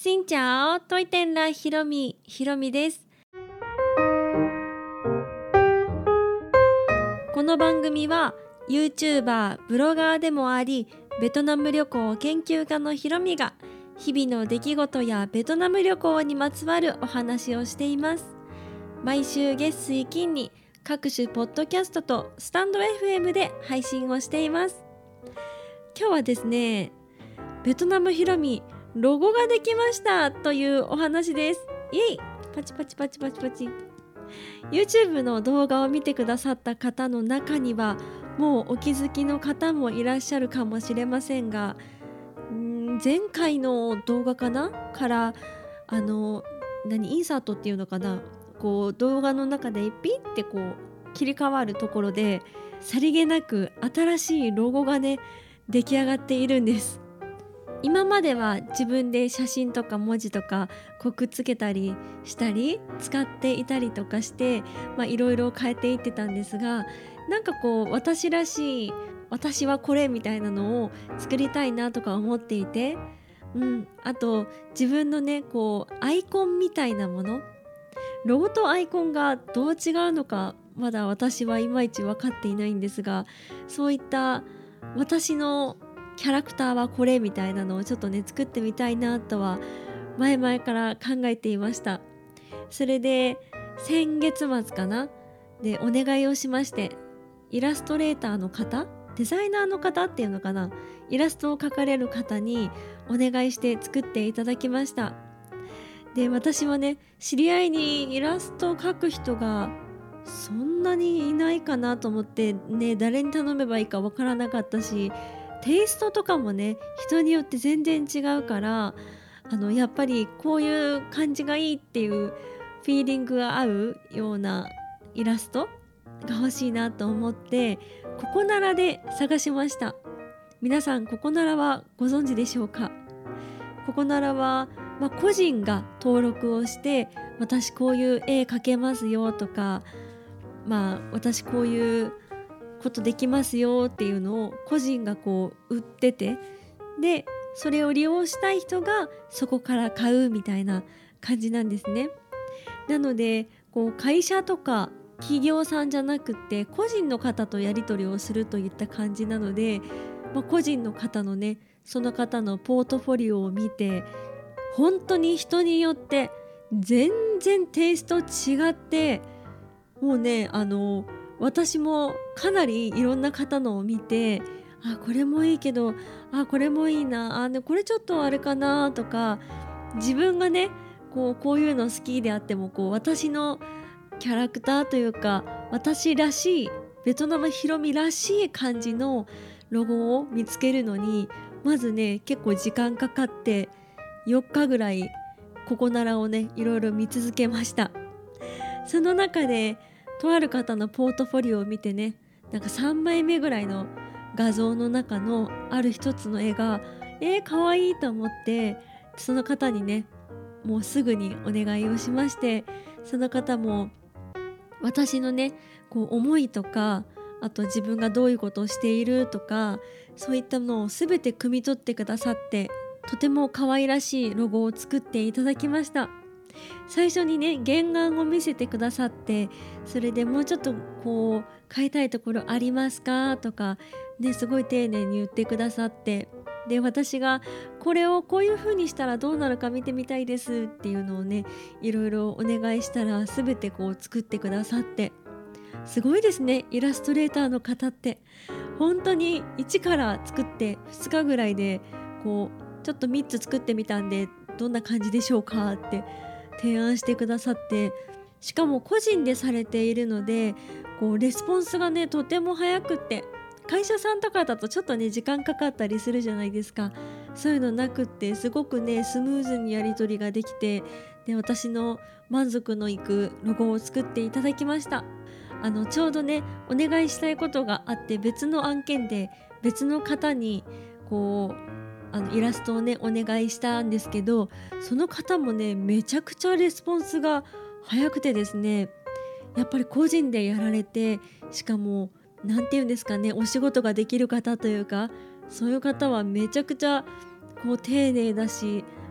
しんちゃおといてんらひろみです。この番組は YouTuber、ブロガーでもあり、ベトナム旅行研究家のひろみが日々の出来事やベトナム旅行にまつわるお話をしています。毎週月水金に各種ポッドキャストとスタンド FM で配信をしています。今日はですね、ベトナムひろみロゴができましたというお話です。イエイ、パチパチパチパチパチ。 YouTube の動画を見てくださった方の中にはもうお気づきの方もいらっしゃるかもしれませんが、前回の動画かなからインサートっていうのかな、こう動画の中でピッてこう切り替わるところでさりげなく新しいロゴがね出来上がっているんです。今までは自分で写真とか文字とかこうくっつけたりしたり使っていたりとかしていろいろ変えていってたんですが、なんかこう私らしい、私はこれみたいなのを作りたいなとか思っていて、あと自分のねこうアイコンみたいなもの、ロゴとアイコンがどう違うのかまだ私はいまいち分かっていないんですが、そういった私のキャラクターはこれみたいなのをちょっとね作ってみたいなとは前々から考えていました。それで先月末かなでお願いをしまして、イラストレーターの方、デザイナーの方っていうのかな、イラストを描かれる方にお願いして作っていただきました。で私はね知り合いにイラストを描く人がそんなにいないかなと思ってね、誰に頼めばいいかわからなかったし、テイストとかもね人によって全然違うから、やっぱりこういう感じがいいっていうフィーリングが合うようなイラストが欲しいなと思ってココナラで探しました。皆さんココナラはご存知でしょうか？ココナラは、個人が登録をして私こういう絵描けますよとか、私こういうことできますよっていうのを個人がこう売ってて、でそれを利用したい人がそこから買うみたいな感じなんですね。なのでこう会社とか企業さんじゃなくって個人の方とやり取りをするといった感じなので、個人の方のねその方のポートフォリオを見て、本当に人によって全然テイスト違って、もうね私もかなりいろんな方のを見て、これもいいけどこれもいいな、これちょっとあれかなとか、自分がねこういうの好きであってもこう私のキャラクターというか私らしいベトナムひろみらしい感じのロゴを見つけるのにまずね結構時間かかって4日ぐらいココナラをねいろいろ見続けました。その中でとある方のポートフォリオを見てね、なんか3枚目ぐらいの画像の中のある一つの絵が可愛いと思って、その方にねもうすぐにお願いをしまして、その方も私のねこう思いとか、あと自分がどういうことをしているとか、そういったのを全て汲み取ってくださって、とても可愛らしいロゴを作っていただきました。最初にね原案を見せてくださって、それでもうちょっとこう変えたいところありますかとかね、すごい丁寧に言ってくださって、で私がこれをこういう風にしたらどうなるか見てみたいですっていうのをねいろいろお願いしたら全てこう作ってくださって、すごいですね、イラストレーターの方って本当に一から作って2日ぐらいでこうちょっと3つ作ってみたんでどんな感じでしょうかって提案してくださって、しかも個人でされているのでこうレスポンスがねとても早くって、会社さんとかだとちょっとね時間かかったりするじゃないですか。そういうのなくってすごくねスムーズにやり取りができて、で私の満足のいくロゴを作っていただきました。ちょうどねお願いしたいことがあって別の案件で別の方にこうイラストをねお願いしたんですけど、その方もねめちゃくちゃレスポンスが早くてですね、やっぱり個人でやられて、しかもなんて言うんですかね、お仕事ができる方というか、そういう方はめちゃくちゃこう丁寧だし、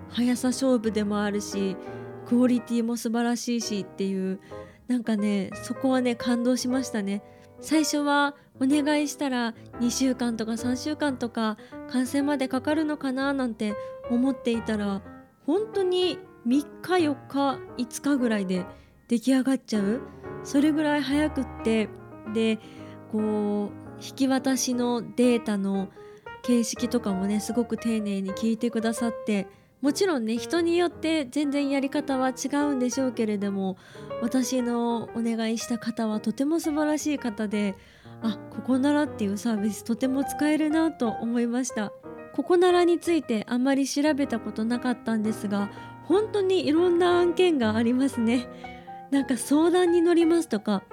速さ勝負でもあるし、クオリティも素晴らしいしっていう、なんかねそこはね感動しましたね。最初はお願いしたら2週間とか3週間とか完成までかかるのかななんて思っていたら、本当に3日4日5日ぐらいで出来上がっちゃう、それぐらい早くって、でこう引き渡しのデータの形式とかもねすごく丁寧に聞いてくださって、もちろんね人によって全然やり方は違うんでしょうけれども、私のお願いした方はとても素晴らしい方で、ここならっていうサービスとても使えるなと思いました。ここならについてあんまり調べたことなかったんですが、本当にいろんな案件がありますね。なんか相談に乗りますとか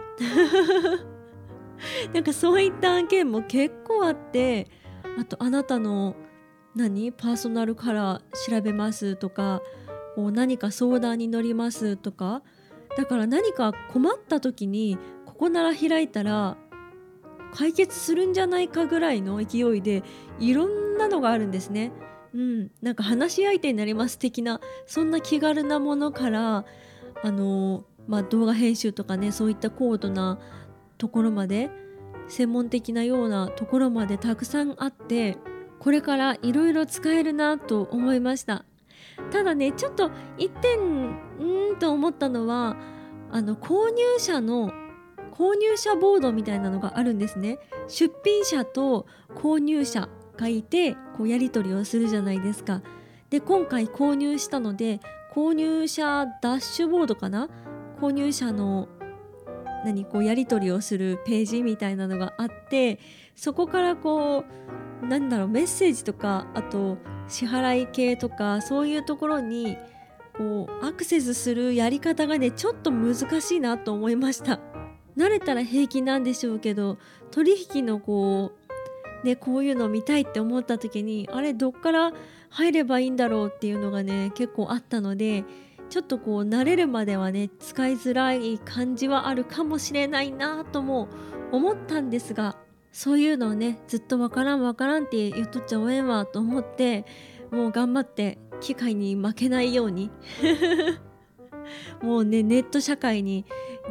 なんかそういった案件も結構あって、あとあなたのパーソナルカラー調べますとか、何か相談に乗りますとか、だから何か困った時にここなら開いたら解決するんじゃないかぐらいの勢いでいろんなのがあるんですね。なんか話し相手になります的な、そんな気軽なものから、動画編集とかね、そういった高度なところまで、専門的なようなところまでたくさんあって、これからいろいろ使えるなと思いました。ただねちょっと一点と思ったのは、購入者ボードみたいなのがあるんですね。出品者と購入者がいてこうやり取りをするじゃないですか。で今回購入したので、購入者ダッシュボードかな、購入者のこうやり取りをするページみたいなのがあって、そこからこうメッセージとか、あと支払い系とか、そういうところにこうアクセスするやり方がねちょっと難しいなと思いました。慣れたら平気なんでしょうけど、取引のこういうのを見たいって思った時に、どっから入ればいいんだろうっていうのがね結構あったので、ちょっとこう慣れるまではね使いづらい感じはあるかもしれないなとも思ったんですが、そういうのをねずっとわからんって言っとっちゃおえんわと思って、もう頑張って機械に負けないようにもうねネット社会に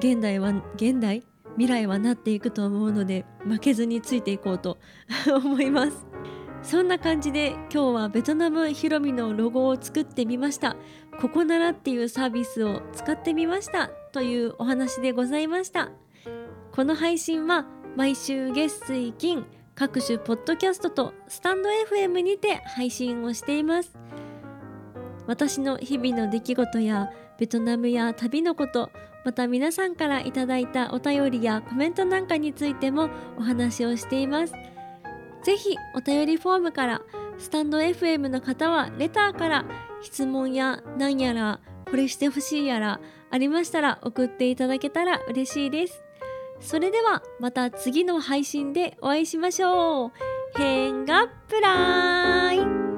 未来はなっていくと思うので、負けずについていこうと思います。そんな感じで今日はベトナムひろみのロゴを作ってみました。ここならっていうサービスを使ってみましたというお話でございました。この配信は毎週月水金各種ポッドキャストとスタンド FM にて配信をしています。私の日々の出来事やベトナムや旅のこと、また皆さんからいただいたお便りやコメントなんかについてもお話をしています。ぜひお便りフォームから、スタンド FM の方はレターから質問や何やらこれしてほしいやらありましたら送っていただけたら嬉しいです。それではまた次の配信でお会いしましょう。変がプライ